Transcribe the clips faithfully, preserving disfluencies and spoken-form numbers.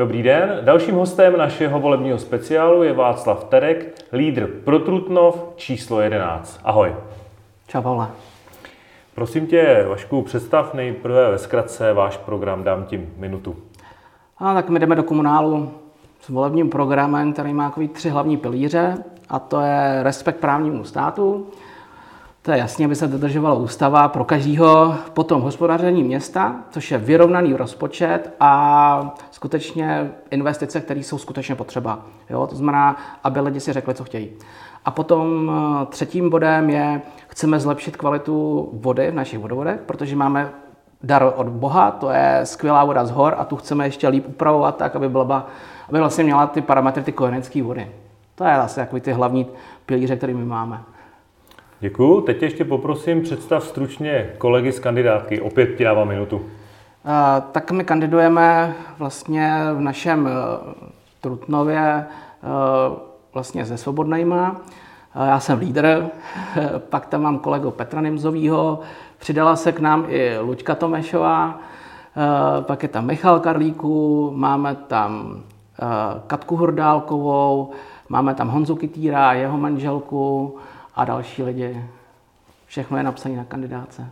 Dobrý den, dalším hostem našeho volebního speciálu je Václav Terek, lídr pro Trutnov číslo jedenáct. Ahoj. Čau, Pavle. Prosím tě, Vašku, představ nejprve ve zkratce váš program, dám ti minutu. A tak my jdeme do komunálu s volebním programem, který má takový tři hlavní pilíře, a to je respekt právnímu státu, to je jasně, aby se dodržovala ústava pro každého, potom hospodaření města, což je vyrovnaný rozpočet a skutečně investice, které jsou skutečně potřeba. Jo? To znamená, aby lidi si řekli, co chtějí. A potom třetím bodem je, chceme zlepšit kvalitu vody v našich vodovodech, protože máme dar od Boha, to je skvělá voda z hor a tu chceme ještě líp upravovat tak, aby, byla, aby vlastně měla ty parametry, ty kojenecké vody. To je vlastně takový ty hlavní pilíře, které my máme. Děkuju. Teď ještě poprosím, představ stručně kolegy z kandidátky. Opět ti dávám minutu. Uh, tak my kandidujeme vlastně v našem uh, Trutnově uh, vlastně se Svobodnejma. Uh, já jsem lídr, pak tam mám kolegu Petra Nimzovýho, přidala se k nám i Luďka Tomešová, uh, pak je tam Michal Karlíků, máme tam uh, Katku Hordálkovou, máme tam Honzu Kytýra, jeho manželku, a další lidi. Všechno je napsané na kandidáce.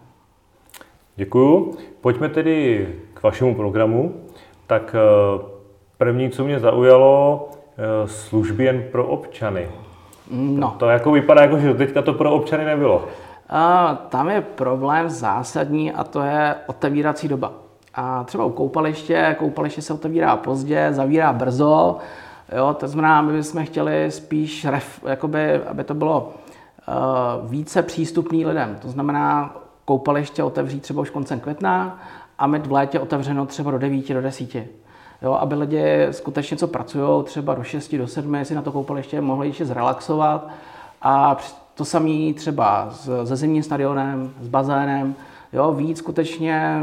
Děkuju. Pojďme tedy k vašemu programu. Tak první, co mě zaujalo, služby jen pro občany. No. To jako vypadá, jako, že teďka to pro občany nebylo. A tam je problém zásadní a to je otevírací doba. A třeba u koupaliště, koupaliště se otevírá pozdě, zavírá brzo. Jo, to znamená, my bychom chtěli spíš, ref, jakoby, aby to bylo více přístupný lidem. To znamená, koupaliště otevří třeba už koncem května a mít v létě otevřeno třeba do devíti, do desíti. Jo, aby lidi skutečně co pracují, třeba do šesti, do sedmi, si na to koupaliště mohli ještě zrelaxovat. A to samé třeba se zimním stadionem, s bazénem. Jo, víc skutečně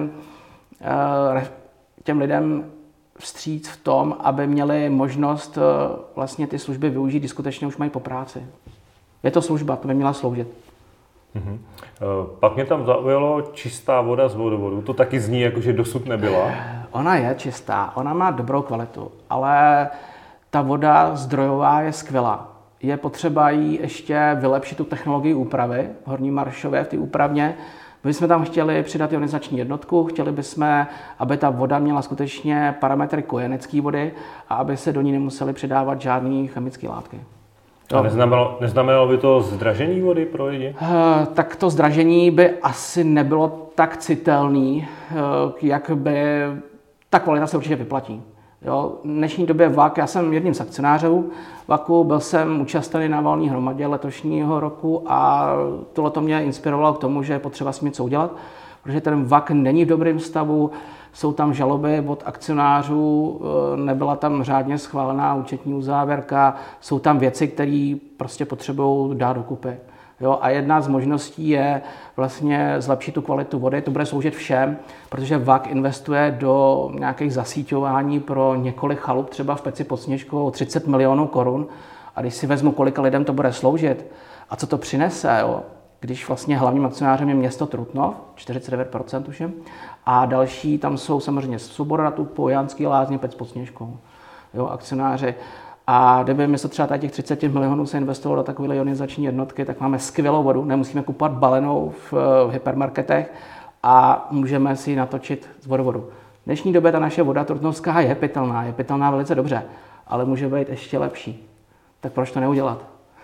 těm lidem vstříc v tom, aby měli možnost vlastně ty služby využít, když skutečně už mají po práci. Je to služba, to by měla sloužit. Mm-hmm. Pak mě tam zaujalo čistá voda z vodovodu. To taky zní, jako že dosud nebyla. Ona je čistá, ona má dobrou kvalitu, ale ta voda zdrojová je skvělá. Je potřeba jí ještě vylepšit tu technologii úpravy v Horní Maršově, v té úpravně. My jsme tam chtěli přidat ionizační jednotku, chtěli bychom, aby ta voda měla skutečně parametry kojenecké vody a aby se do ní nemuseli přidávat žádné chemické látky. A neznamenalo, neznamenalo by to zdražení vody pro lidi? Tak to zdražení by asi nebylo tak citelný, jak by ta kvalita se určitě vyplatí. Jo, v dnešní době V A K, já jsem jedním z akcionářů V A Ku, byl jsem účastný na valné hromadě letošního roku a tohle to mě inspirovalo k tomu, že je potřeba s tím něco udělat, protože ten V A K není v dobrém stavu, jsou tam žaloby od akcionářů, nebyla tam řádně schválená účetní uzávěrka, jsou tam věci, které prostě potřebují dát dokupy. Jo, a jedna z možností je vlastně zlepšit tu kvalitu vody, to bude sloužit všem, protože V A K investuje do nějakých zasíťování pro několik chalup, třeba v Peci pod Sněžkou, třicet milionů korun. A když si vezmu, kolika lidem to bude sloužit a co to přinese, jo, když vlastně hlavním akcionářem je město Trutnov, čtyřicet devět procent už je, a další tam jsou samozřejmě Svoboda, Tupo, Janský Lázně, Pec pod Sněžkou, jo, akcionáři. A kdyby místo třeba těch třicet milionů se investovalo do takové ionizační jednotky, tak máme skvělou vodu, nemusíme kupovat balenou v, v hypermarketech a můžeme si ji natočit z vodovodu. V dnešní době ta naše voda trutnovská je pitelná, je pitelná velice dobře, ale může být ještě lepší. Tak proč to neudělat?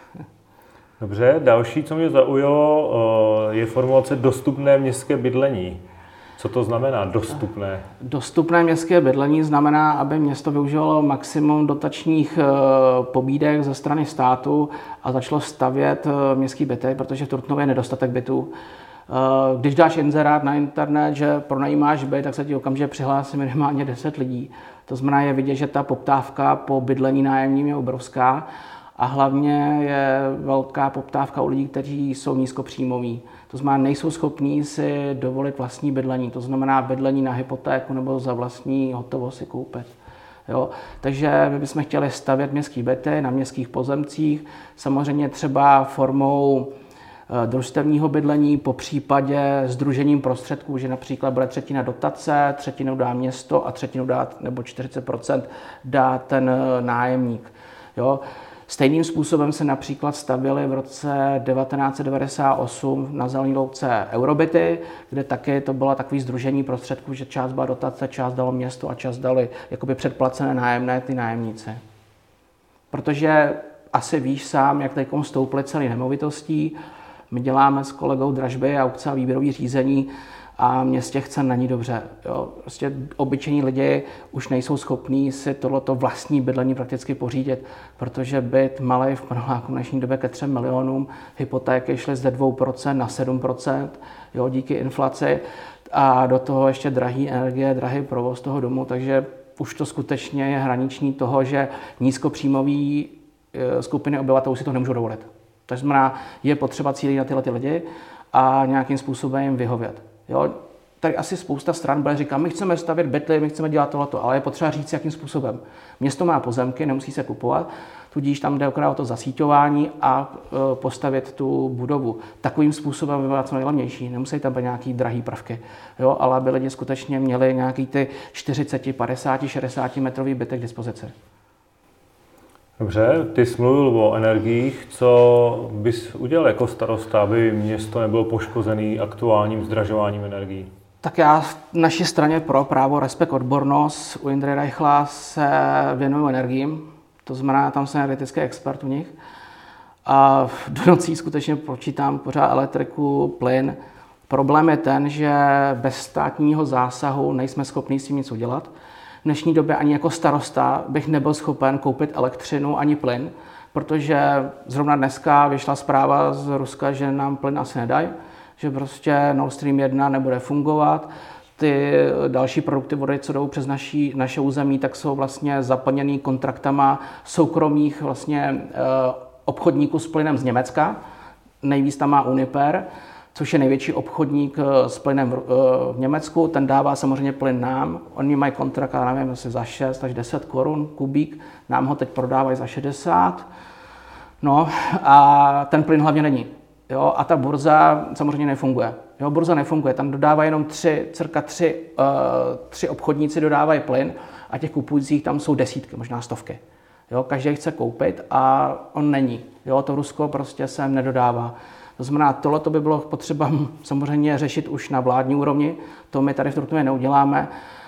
Dobře, další, co mě zaujalo, je formulace dostupné městské bydlení. Co to znamená dostupné? Dostupné městské bydlení znamená, aby město využilo maximum dotačních pobídek ze strany státu a začalo stavět městské byty, protože v Trutnově je nedostatek bytů. Když dáš inzerát na internet, že pronajímáš byt, tak se ti okamžitě přihlásí minimálně deset lidí. To znamená, je vidět, že ta poptávka po bydlení nájemním je obrovská a hlavně je velká poptávka u lidí, kteří jsou nízkopříjmoví. To znamená, nejsou schopní si dovolit vlastní bydlení, to znamená bydlení na hypotéku nebo za vlastní hotovost si koupit. Jo? Takže my bychom chtěli stavět městské byty na městských pozemcích, samozřejmě třeba formou družstevního bydlení, po případě sdružením prostředků, že například bude třetina dotace, třetinu dá město a třetinu dá, nebo čtyřicet procent dá ten nájemník. Jo? Stejným způsobem se například stavěly v roce devatenáct set devadesát osm na Zelené louce eurobyty, kde také to bylo takové sdružení prostředků, že část byla dotace, část dalo město a část dali jakoby předplacené nájemné ty nájemníci. Protože asi víš sám, jak teď stouply ceny nemovitostí. My děláme s kolegou dražby, aukce a výběrové řízení a mě z těch cen není dobře. Jo. Prostě obyčejní lidi už nejsou schopní si tohleto vlastní bydlení prakticky pořídit, protože byt malý v paneláku v dnešní době ke třem milionům, hypotéky šly ze dvou procent na sedm procent, jo, díky inflaci a do toho ještě drahý energie, drahý provoz toho domu, takže už to skutečně je hraniční toho, že nízkopříjmový skupiny obyvatel si to nemůžou dovolit. To znamená, je potřeba cílit na tyhle ty lidi a nějakým způsobem jim vyhovět. Jo? Tady asi spousta stran bude říkat, my chceme stavět byty, my chceme dělat tohleto, ale je potřeba říct, jakým způsobem. Město má pozemky, nemusí se kupovat, tudíž tam jde opravdu o to zasíťování a e, postavit tu budovu. Takovým způsobem by bylo co nejlevnější, nemusí tam být nějaký drahý prvky, jo? Ale aby lidi skutečně měli nějaký ty čtyřicet, padesát, šedesát metrový byty k dispozici. Dobře, ty jsi mluvil o energiích. Co bys udělal jako starosta, aby město nebylo poškozené aktuálním zdražováním energií? Tak já v naší straně pro právo, respekt, odbornost u Jindry Reichla se věnuju energiím. To znamená, tam jsem energetický expert u nich. A do nocí skutečně počítám pořád elektriku, plyn. Problém je ten, že bez státního zásahu nejsme schopni s tím nic udělat. V dnešní době ani jako starosta bych nebyl schopen koupit elektřinu ani plyn, protože zrovna dneska vyšla zpráva z Ruska, že nám plyn asi nedají, že prostě Nord Stream jedna nebude fungovat. Ty další produkty vody, co jdou přes naší, naše území, tak jsou vlastně zaplněný kontraktama soukromých vlastně obchodníků s plynem z Německa. Nejvíc tam má Uniper, což je největší obchodník s plynem v Německu, ten dává samozřejmě plyn nám. Oni mají kontrakt, já nevím, asi za šest až deset korun kubík, nám ho teď prodávají za šedesát. No a ten plyn hlavně není. Jo, a ta burza samozřejmě nefunguje. Jo, burza nefunguje, tam dodávají jenom tři, cirka tři, uh, tři obchodníci dodávají plyn a těch kupujících tam jsou desítky, možná stovky. Jo, každý chce koupit a on není. Jo, to Rusko prostě sem nedodává. To znamená, tohle by bylo potřeba samozřejmě řešit už na vládní úrovni, to my tady v Trutnově neuděláme.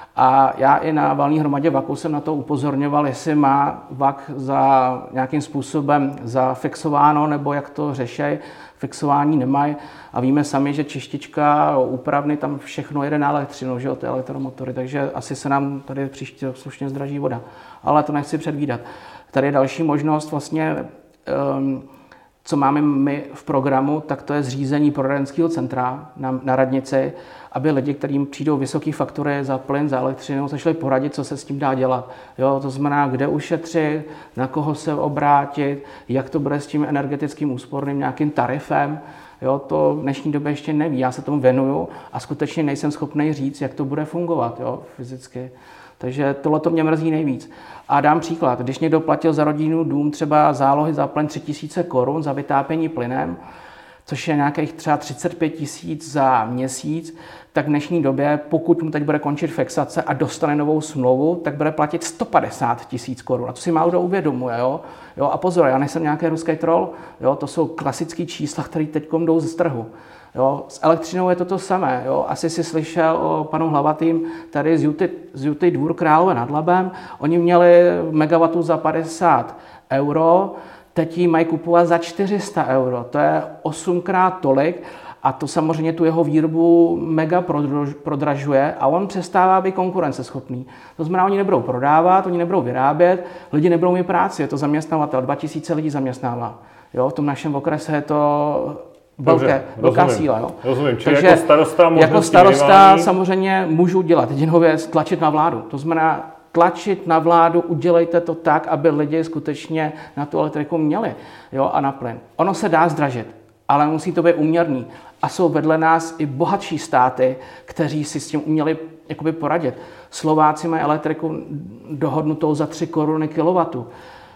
A já i na valné hromadě vaku jsem na to upozorňoval, jestli má vak za nějakým způsobem zafixováno, nebo jak to řešej. Fixování nemají a víme sami, že čištička, úpravny, tam všechno jede na elektřinu, že jo, ty elektromotory, takže asi se nám tady příště slušně zdraží voda. Ale to nechci předvídat. Tady je další možnost vlastně, um, co máme my v programu, tak to je zřízení poradenského centra na, na radnici, aby lidi, kterým přijdou vysoké faktury za plyn, za elektřinu, se šli poradit, co se s tím dá dělat. Jo, to znamená, kde ušetřit, na koho se obrátit, jak to bude s tím energetickým úsporným nějakým tarifem. Jo, to v dnešní době ještě neví, já se tomu věnuju a skutečně nejsem schopný říct, jak to bude fungovat, jo, fyzicky. Takže tohle to mě mrzí nejvíc. A dám příklad, když někdo platil za rodinný dům třeba zálohy za plyn tři tisíce korun za vytápění plynem, což je nějakých třeba třicet pět tisíc za měsíc, tak v dnešní době, pokud mu teď bude končit fixace a dostane novou smlouvu, tak bude platit sto padesát tisíc korun. A to si málo kdo uvědomuje. Jo? Jo, a pozor, já nejsem nějaký ruský troll, jo? To jsou klasické čísla, které teď jdou z trhu. Jo? S elektřinou je to to samé. Jo? Asi si slyšel o panu Hlavatým tady z Juty, z Juty Dvůr Králové nad Labem. Oni měli megawattu za padesát euro, teď ji mají kupovat za čtyři sta euro. To je osmkrát tolik a to samozřejmě tu jeho výrobu mega prodražuje a on přestává být konkurenceschopný. To znamená, oni nebudou prodávat, oni nebudou vyrábět, lidi nebudou mít práci, je to zaměstnavatel, dva tisíce lidí zaměstnává. Jo, v tom našem okrese je to velké, velká síla. Jo. Rozumím, čili Takže jako starosta, jako starosta samozřejmě můžu dělat jedinou věc, tlačit na vládu. To znamená, tlačit na vládu, udělejte to tak, aby lidi skutečně na tu elektriku měli, jo, a na plyn. Ono se dá zdražit, ale musí to být úměrný. A jsou vedle nás i bohatší státy, kteří si s tím uměli jakoby poradit. Slováci mají elektriku dohodnutou za tři koruny kilowattu.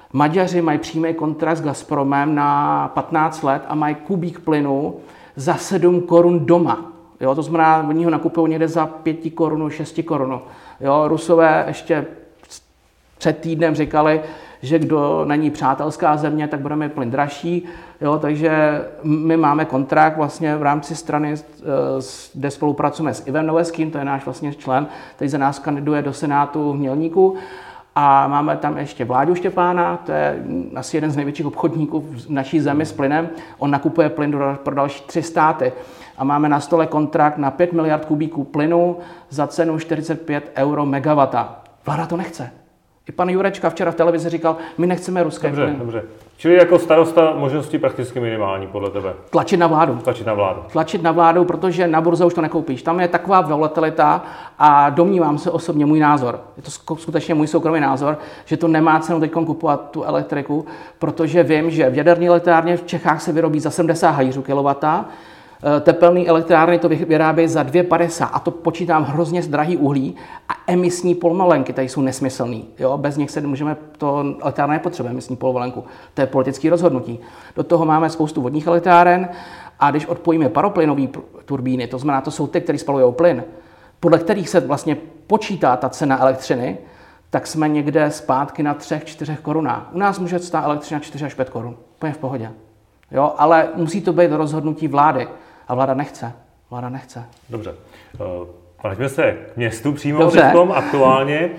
Maďaři mají přímý kontrakt s Gazpromem na patnáct let a mají kubík plynu za sedm korun doma. Jo, to znamená, oni ho nakupují někde za pět korun, šest korun. Jo, Rusové ještě před týdnem říkali, že kdo není přátelská země, tak budeme plyn dražší. Jo, takže my máme kontrakt vlastně v rámci strany, kde spolupracujeme s Ivem Noveským, to je náš vlastně člen, který za nás kandiduje do Senátu v Mělníku. A máme tam ještě Vláďu Štěpána, to je asi jeden z největších obchodníků v naší zemi s plynem. On nakupuje plyn pro další tři státy. A máme na stole kontrakt na pět miliard kubíků plynu za cenu čtyřicet pět euro megawata. Vláda to nechce. I pan Jurečka včera v televizi říkal, my nechceme ruské dobře, plyn. Dobře. Čili jako starosta možnosti prakticky minimální podle tebe. Tlačit na vládu. Tlačit na vládu. Tlačit na vládu, protože na burze už to nekoupíš. Tam je taková volatilita a domnívám se osobně, můj názor, je to skutečně můj soukromý názor, že to nemá cenu teď kupovat tu elektriku, protože vím, že v jaderné elektrárně v Čechách se vyrobí za sedmdesát haléřů kilowata, tepelné elektrárny to vyrábějí za dvě padesát a to počítám hrozně drahý uhlí a emisní povolenky, tady jsou nesmyslný. Jo? Bez nich se můžeme, to elektrárna nepotřebuje emisní povolenku. To je politické rozhodnutí. Do toho máme spoustu vodních elektráren a když odpojíme paroplynové turbíny, to znamená, to jsou ty, které spalují plyn, podle kterých se vlastně počítá ta cena elektřiny, tak jsme někde zpátky na třech, čtyřech korunách. U nás může stát elektřina čtyři až pět korun. Úplně v pohodě. Jo? Ale musí to být rozhodnutí vlády. A vláda nechce. Vláda nechce. Dobře. Uh, Vraťme se k městu přímo Dobře. teďkom aktuálně.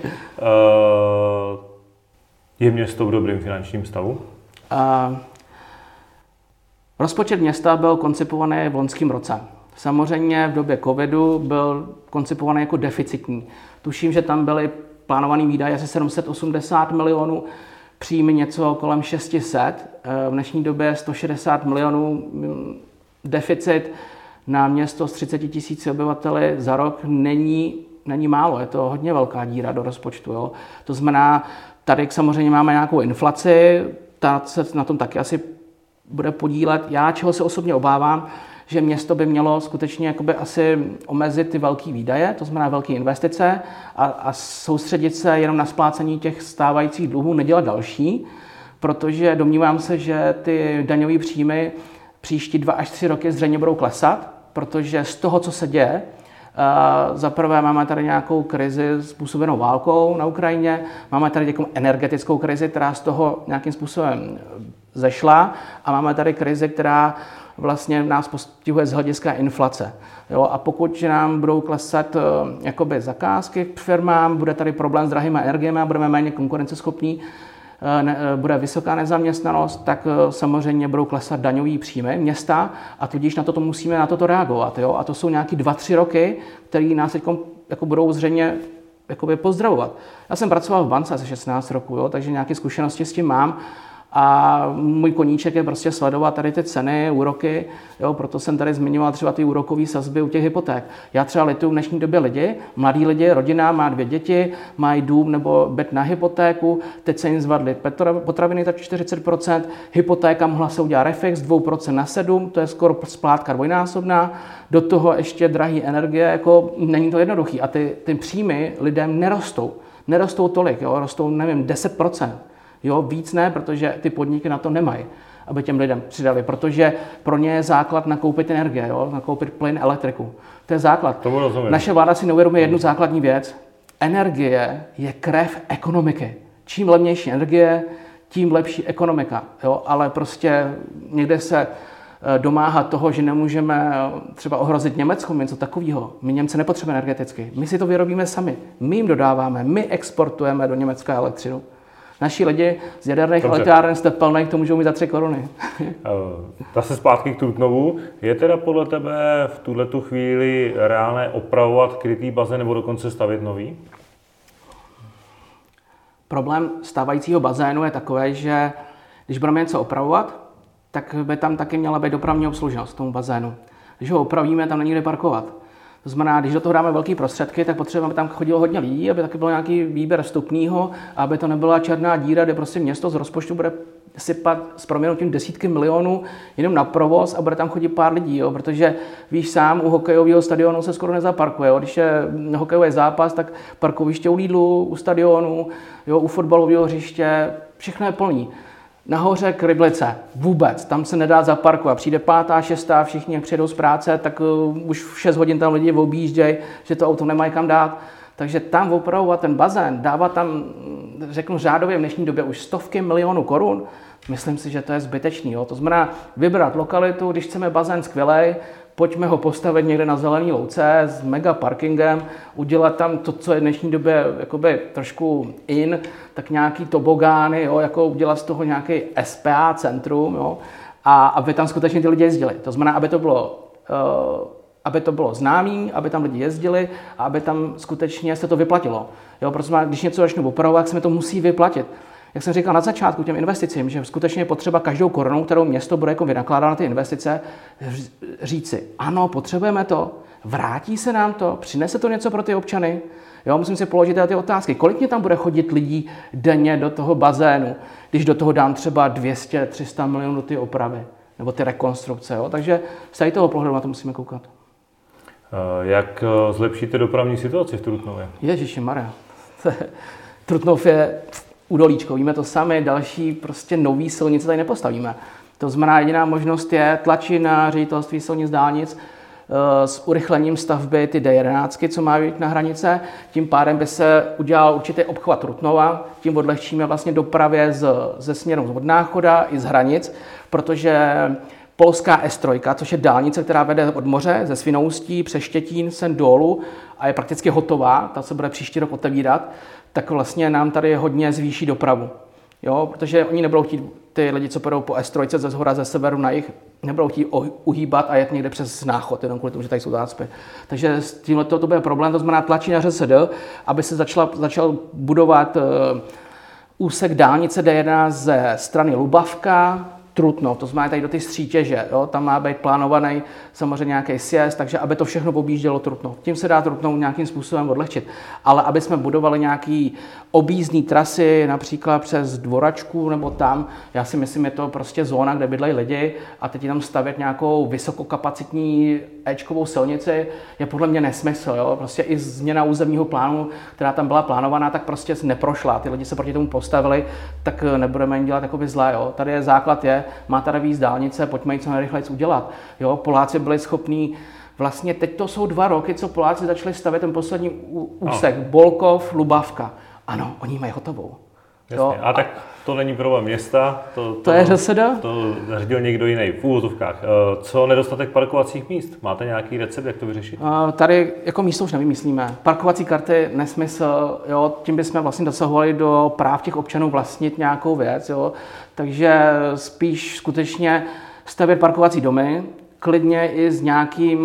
Uh, je město v dobrém finančním stavu? Uh, rozpočet města byl koncipovaný v loňském roce. Samozřejmě v době covidu byl koncipovaný jako deficitní. Tuším, že tam byly plánované výdaje asi sedm set osmdesát milionů, příjmy něco kolem šest set. V dnešní době sto šedesát milionů deficit na město s třiceti tisíci obyvateli za rok není, není málo. Je to hodně velká díra do rozpočtu. Jo. To znamená, tady samozřejmě máme nějakou inflaci, ta se na tom taky asi bude podílet. Já, čeho se osobně obávám, že město by mělo skutečně jakoby asi omezit ty velké výdaje, to znamená velké investice a, a soustředit se jenom na splácení těch stávajících dluhů, nedělat další, protože domnívám se, že ty daňové příjmy příští dva až tři roky zřejmě budou klesat, protože z toho, co se děje, uh, za prvé máme tady nějakou krizi způsobenou válkou na Ukrajině, máme tady nějakou energetickou krizi, která z toho nějakým způsobem zešla a máme tady krizi, která vlastně nás postihuje z hlediska inflace. Jo, a pokud nám budou klesat uh, jakoby zakázky k firmám, bude tady problém s drahými energiemi a budeme méně konkurenceschopní, Ne, bude vysoká nezaměstnanost, tak samozřejmě budou klesat daňové příjmy města a tudíž na toto musíme na toto reagovat. Jo? A to jsou nějaké dva, tři roky, které nás teď jako budou zřejmě jakoby pozdravovat. Já jsem pracoval v bance asi šestnáct roků, jo? Takže nějaké zkušenosti s tím mám. A můj koníček je prostě sledovat tady ty ceny, úroky, jo, proto jsem tady zmiňoval třeba ty úrokové sazby u těch hypoték. Já třeba lituju v dnešní době lidi, mladí lidi, rodina má dvě děti, mají dům nebo byt na hypotéku, teď se jim zvadly potraviny za čtyřicet procent, hypotéka mohla se udělat refix z dvě procenta na sedm procent, to je skoro splátka dvojnásobná, do toho ještě drahý energie, jako není to jednoduchý a ty, ty příjmy lidem nerostou, nerostou tolik, jo, rostou, nevím, deset procent. Jo, víc ne, protože ty podniky na to nemají, aby těm lidem přidali, protože pro ně je základ nakoupit energie, jo, nakoupit plyn, elektriku. To je základ. Tomu rozumím. Naše vláda si neuvědomuje jednu základní věc. Energie je krev ekonomiky. Čím levnější energie, tím lepší ekonomika. Jo, ale prostě někde se domáhat toho, že nemůžeme třeba ohrozit Německo, něco takového. My Němce nepotřebujeme energeticky. My si to vyrobíme sami. My jim dodáváme, my exportujeme do Německa elektřinu. Naši lidi z jaderných elektráren z tepelných to můžou mít za tři koruny. Zase zpátky k Trutnovu. Je teda podle tebe v tuhletu chvíli reálné opravovat krytý bazén nebo dokonce stavět nový? Problém stávajícího bazénu je takový, že když budeme něco opravovat, tak by tam taky měla být dopravní obslužnost tomu bazénu. Když ho opravíme, tam není kde parkovat. To znamená, když do toho dáme velké prostředky, tak potřebujeme, aby tam chodilo hodně lidí, aby taky byl nějaký výběr vstupního, aby to nebyla černá díra, kde prostě město z rozpočtu bude sypat s proměnutím desítky milionů jenom na provoz a bude tam chodit pár lidí, jo? Protože víš sám, u hokejového stadionu se skoro nezaparkuje. Jo? Když je hokejový zápas, tak parkoviště u Lidlu, u stadionu, jo? U fotbalového hřiště, všechno je plný. Nahoře Kryblice, vůbec, tam se nedá zaparkovat. Přijde pátá, šestá, všichni jak přijedou z práce, tak uh, už v šest hodin tam lidi objíždějí, že to auto nemají kam dát. Takže tam opravovat ten bazén, dávat tam, řeknu řádově v dnešní době už stovky milionů korun, myslím si, že to je zbytečný. Jo? To znamená vybrat lokalitu, když chceme bazén skvělej, pojďme ho postavit někde na zelený louce s mega parkingem, udělat tam to, co je v dnešní době jakoby trošku in, tak nějaký tobogány, jo, jako udělat z toho nějaký S P A centrum, jo, a aby tam skutečně ty lidi jezdili. To znamená, aby to bylo, uh, aby to bylo známý, aby tam lidi jezdili a aby tam skutečně se to vyplatilo. Jo, protože když něco začnu opravovat, tak se mi to musí vyplatit. Jak jsem říkal na začátku těm investicím, že skutečně je potřeba každou korunu, kterou město bude jako vynakládat na ty investice, říci, ano, potřebujeme to, vrátí se nám to, přinese to něco pro ty občany. Jo, musím si položit ty otázky, kolik mě tam bude chodit lidí denně do toho bazénu, když do toho dám třeba dvě stě tři sta milionů do ty opravy, nebo ty rekonstrukce. Jo? Takže z tady toho pohledu na to musíme koukat. Jak zlepšíte dopravní situaci v Trutnově? Ježišimarja. Trutnov je údolíčko, víme to sami, další prostě nový silnice tady nepostavíme. To znamená, jediná možnost je tlačit na ředitelství silnic dálnic s urychlením stavby ty D jedenáct, co má být na hranice. Tím pádem by se udělal určitý obchvat Trutnova, tím odlehčíme vlastně dopravě z, ze směru od Náchoda i z hranic, protože polská S tři, což je dálnice, která vede od moře ze Svinoustí přes Štětín sem dolů a je prakticky hotová, ta se bude příští rok otevírat, tak vlastně nám tady hodně zvýší dopravu. Jo, protože oni nebudou chtít, ty lidi, co půjdou po S tři ze zhora, ze severu na jih, nebudou chtít uhýbat a jet někde přes Náchod, jenom kvůli tomu, že tady jsou zácpy. Takže s tímhle to, to bude problém, to znamená tlačí na ŘSD, aby se začala, začal budovat uh, úsek dálnice D jedenáct ze strany Lubavka, Trutnov, to znamená tady do ty Střítěže, jo? Tam má být plánovaný samozřejmě nějaký sjezd, takže aby to všechno objíždělo Trutnov. Tím se dá Trutnov nějakým způsobem odlehčit. Ale aby jsme budovali nějaký objízdný trasy, například přes Dvoračku nebo tam, já si myslím, je to prostě zóna, kde bydlejí lidi a teď tam stavět nějakou vysokokapacitní éčkovou silnici je podle mě nesmysl. Jo? Prostě i změna územního plánu, která tam byla plánovaná, tak prostě neprošla. Ty lidi se proti tomu postavili, tak nebudeme jim dělat jakoby zlé. Jo? Tady je základ je, má tady víc dálnice, pojďme ji co nejrychleji udělat. Jo? Poláci byli schopní, vlastně teď to jsou dva roky, co Poláci začali stavět ten poslední úsek, no. Bolkov, Lubavka. Ano, oni mají hotovou. Jo? A tak to není problém města, to, to, to je ŘSD? To zařídil někdo jiný v úvozovkách. Co nedostatek parkovacích míst? Máte nějaký recept, jak to vyřešit? Tady jako místo už nevymyslíme. Parkovací karty nesmysl, jo? Tím bychom vlastně dosahovali do práv těch občanů vlastnit nějakou věc. Jo? Takže spíš skutečně stavět parkovací domy, klidně i s nějakým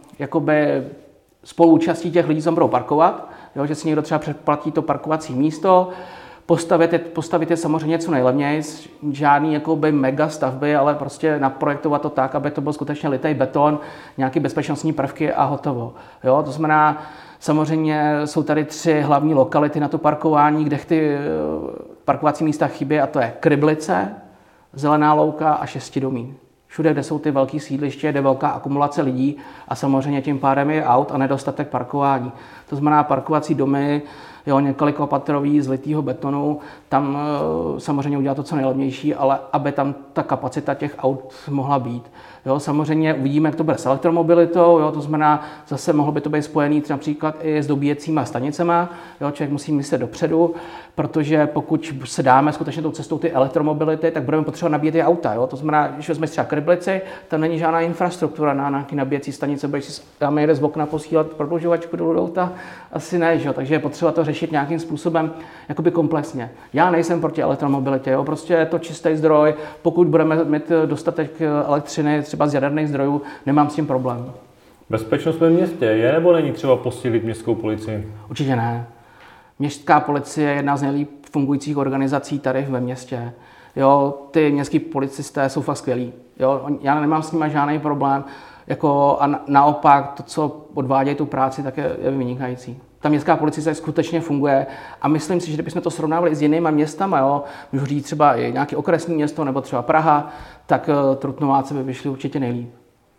jakoby spoluúčastí těch lidí, co budou parkovat, jo? Že si někdo třeba předplatí to parkovací místo, Postavit je, postavit je samozřejmě co nejlevněji, žádný jakoby mega stavby, ale prostě naprojektovat to tak, aby to byl skutečně litej beton, nějaké bezpečnostní prvky a hotovo. Jo, to znamená, samozřejmě jsou tady tři hlavní lokality na to parkování, kde ty parkovací místa chybí, a to je Kryblice, Zelená louka a Šestidomí. Všude, kde jsou ty velké sídliště, kde je velká akumulace lidí a samozřejmě tím pádem je aut a nedostatek parkování. To znamená parkovací domy, jo, několikopatrový z litýho betonu, tam e, samozřejmě udělat to co nejlevnější, ale aby tam ta kapacita těch aut mohla být. Jo, samozřejmě uvidíme, jak to bude s elektromobilitou, jo, to znamená, zase mohlo by to být spojený například i s dobíjecíma stanicema, jo, člověk musí myslet dopředu, protože pokud se dáme skutečně tou cestou ty elektromobility, tak budeme potřebovat nabíjet i auta, jo, to znamená, když vezmeme třeba Kryblici, tam není žádná infrastruktura na nějaký nabíjecí stanice, budeš si dáme jede z okna posílat prodlužovačku do auta, asi ne, že jo, takže je potřeba to řešit nějakým způsobem jakoby komplexně. Já nejsem proti elektromobilitě, jo, prostě je to čistý zdroj, pokud budeme mít dostatek elektřiny třeba z jaderných zdrojů, nemám s tím problém. Bezpečnost ve městě je nebo není třeba posílit městskou policii? Určitě ne. Městská policie je jedna z nejlíp fungujících organizací tady ve městě. Jo, ty městský policisté jsou fakt skvělí. Jo, já nemám s nimi žádný problém. Jako, a naopak to, co odvádějí tu práci, tak je, je vynikající. Ta městská policie skutečně funguje a myslím si, že kdybychom to srovnávali s jinýma městama, jo, můžu říct třeba i nějaké okresní město nebo třeba Praha, tak Trutnováci by vyšli určitě nejlíp.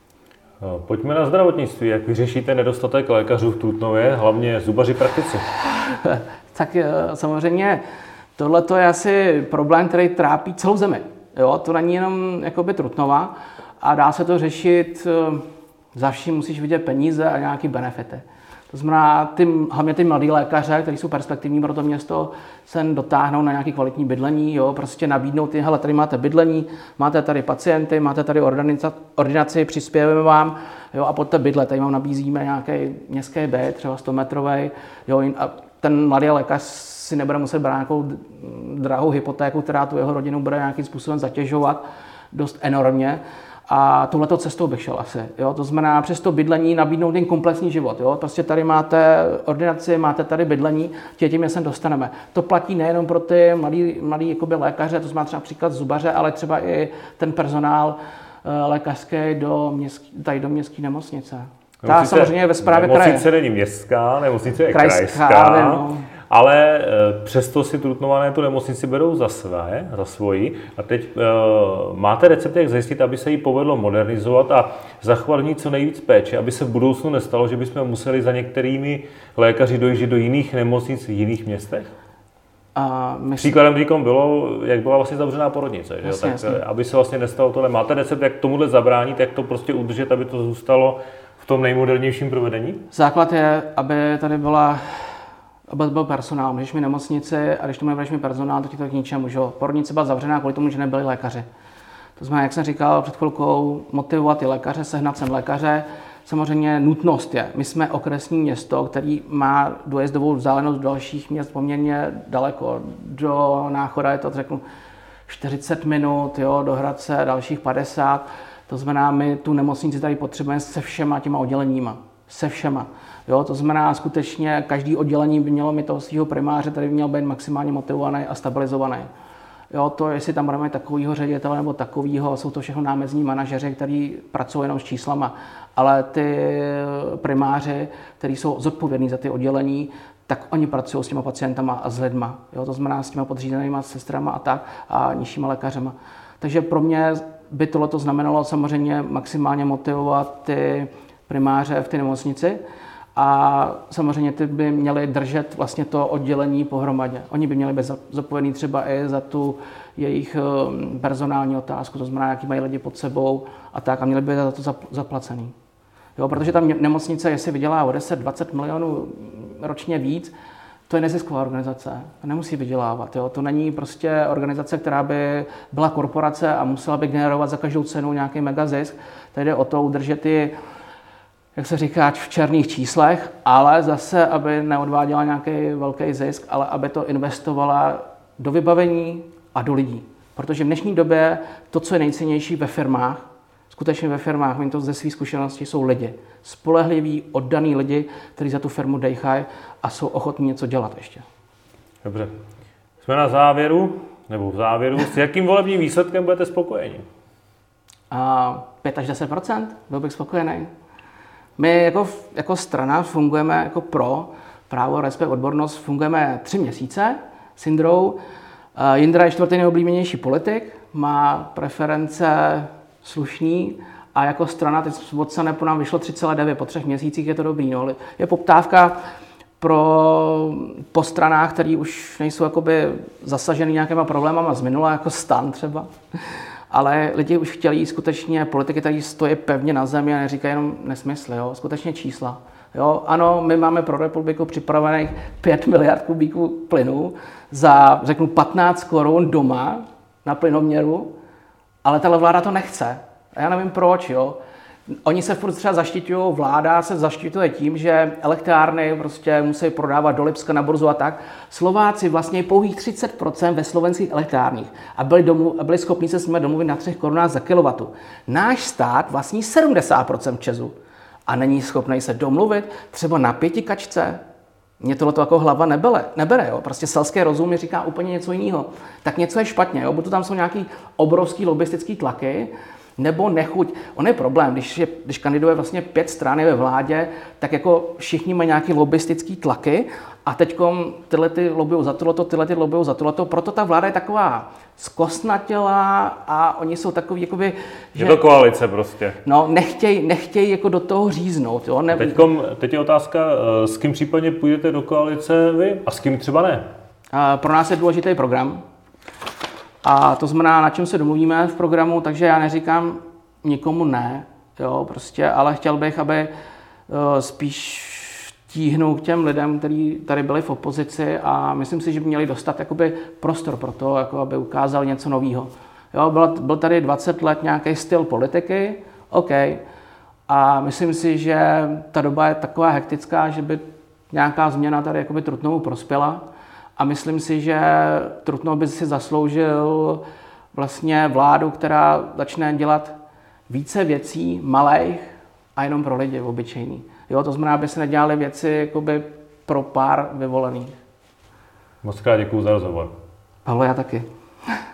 Pojďme na zdravotnictví. Jak vyřešíte nedostatek lékařů v Trutnově, hlavně zubaři praktici? Tak samozřejmě Tohle to je asi problém, který trápí celou zemi. Jo? To není jenom jakoby Trutnova a dá se to řešit, za vším musíš vidět peníze a nějaký benefity. To znamená, ty, hlavně ty mladí lékaře, kteří jsou perspektivní pro to město, se dotáhnou na nějaké kvalitní bydlení, jo? Prostě nabídnou ty, hele, tady máte bydlení, máte tady pacienty, máte tady ordinaci, ordinaci přispějeme vám, jo? A pojďte bydlet, tady vám nabízíme nějaký městský byt, třeba sto metrový, jo? A ten mladý lékař si nebude muset brát nějakou drahou hypotéku, která tu jeho rodinu bude nějakým způsobem zatěžovat dost enormně. A touhletou cestou bych šel asi. Jo? To znamená přes to bydlení nabídnout ten komplexní život. Jo? Prostě tady máte ordinaci, máte tady bydlení, tím se dostaneme. To platí nejenom pro ty mladý, mladý jakoby lékaře, to znamená třeba například zubaře, ale třeba i ten personál lékařský do, městský, tady do městské nemocnice. Ta samozřejmě ve správě kraje. Nemocnice není městská, nemocnice je krajská. krajská no. Ale e, přesto si Trutnované tu nemocnici berou za své, za svoji. A teď e, máte recept, jak zajistit, aby se jí povedlo modernizovat a zachovat ní co nejvíc péče, aby se v budoucnu nestalo, že bychom museli za některými lékaři dojíždět do jiných nemocnic v jiných městech? A my Příkladem říkom bylo, jak byla vlastně zavřená porodnice. Jasně, že? Tak, jasně. Aby se vlastně nestalo tohle. Máte recept, jak tomuhle zabránit, jak to prostě udržet, aby to zůstalo v tom nejmodernějším provedení? Základ je, aby tady byla aby byl personál. Když mi nemocnici a když to budeš mi personál, to ti to k ničemu. Že? Porodnice byla zavřená kvůli tomu, že nebyli lékaři. To znamená, jak jsem říkal před chvilkou, motivovat ty lékaře, sehnat sem lékaře. Samozřejmě nutnost je. My jsme okresní město, který má dojezdovou vzdálenost do dalších měst poměrně daleko. Do Náchoda je to, řeknu, čtyřicet minut, jo, do Hradce dalších padesát. To znamená, my tu nemocnici tady potřebujeme se všema těma odděleníma. Se všema. Jo, to znamená, skutečně každý oddělení by mělo mít toho svého primáře, tady by měl být maximálně motivovaný a stabilizovaný. Jo, to, jestli tam budeme mít takovýho ředitele nebo takovýho, jsou to všechno námezní manažeři, kteří pracují jenom s číslama. Ale ty primáři, kteří jsou zodpovědní za ty oddělení, tak oni pracují s těma pacientama a s lidma. Jo, to znamená s těma podřízenýma sestrama a tak a nižšíma lékařema. Takže pro mě by tohleto znamenalo samozřejmě maximálně motivovat ty primáře v té nemocnici. A samozřejmě ty by měli držet vlastně to oddělení pohromadě. Oni by měli být zodpovědní třeba i za tu jejich personální otázku, to znamená, jaký mají lidi pod sebou a tak, a měli by za to zaplacený. Jo, protože tam nemocnice, jestli vydělá o deset dvacet milionů ročně víc, to je nezisková organizace, nemusí vydělávat. Jo. To není prostě organizace, která by byla korporace a musela by generovat za každou cenu nějaký megazisk. Tady jde o to udržet ty, jak se říká, v černých číslech, ale zase, aby neodváděla nějaký velký zisk, ale aby to investovala do vybavení a do lidí. Protože v dnešní době to, co je nejcennější ve firmách, skutečně ve firmách, vím to ze své zkušenosti, jsou lidi. Spolehliví, oddaný lidi, kteří za tu firmu dejchají a jsou ochotní něco dělat ještě. Dobře. Jsme na závěru, nebo v závěru. S jakým volebním výsledkem budete spokojeni? A pět až deset procent byl bych spokojený. My jako, jako strana fungujeme jako pro právo, respekt, odbornost, fungujeme tři měsíce s Jindrou. Jindra je čtvrtý nejoblíbenější politik, má preference slušný a jako strana, teď od SANEPu nám vyšlo tři celé devět, po třech měsících je to dobrý. No. Je poptávka pro, po stranách, které už nejsou jakoby zasaženy nějakýma problémama z minula, jako STAN třeba. Ale lidi už chtěli skutečně politiky, které stojí pevně na zemi a neříkají jenom nesmysly, jo? Skutečně čísla. Jo? Ano, my máme pro republiku připravených pět miliard kubíků plynu za, řeknu, patnáct korun doma na plynoměru, ale tahle vláda to nechce. A já nevím proč, jo. Oni se furt třeba zaštiťují, vláda se zaštiťuje tím, že elektrárny prostě musí prodávat do Lipska na burzu a tak. Slováci vlastně pouhých třicet procent ve slovenských elektrárních a byli, domů, a byli schopni se s nimi domluvit na třech korunách za kilowatu. Náš stát vlastní sedmdesát procent Česu a není schopný se domluvit třeba na pěti kačce. Mně tohleto jako hlava nebere, nebere, jo. Prostě selský rozum mi říká úplně něco jiného. Tak něco je špatně, jo. Buď tam jsou nějaký obrovský lobistický tlaky, nebo nechuť. On je problém, když, je, když kandiduje vlastně pět stran ve vládě, tak jako všichni mají nějaký lobistický tlaky a teďkom tyhle ty lobbyují za tohleto, tyhle ty lobbyují za tohleto, proto ta vláda je taková zkostnatělá a oni jsou takový, jakoby, že... Je to koalice prostě. No, nechtějí nechtěj jako do toho říznout, jo. Ne... Teďkom, teď je otázka, s kým případně půjdete do koalice vy a s kým třeba ne? Pro nás je důležitý program. A to znamená, na čem se domluvíme v programu, takže já neříkám nikomu ne, jo, prostě, ale chtěl bych, aby spíš tíhnou k těm lidem, kteří tady byli v opozici a myslím si, že by měli dostat jakoby prostor pro to, jako aby ukázali něco nového. Jo, byl, byl tady dvacet let nějaký styl politiky, OK, a myslím si, že ta doba je taková hektická, že by nějaká změna tady jakoby Trutnovu prospěla a myslím si, že Trutnov by si zasloužil vlastně vládu, která začne dělat více věcí malých a jenom pro lidi obyčejný. Jo, to znamená, aby se nedělaly věci jakoby pro pár vyvolených. Moc krát děkuju za rozhovor. Pavlo, já taky.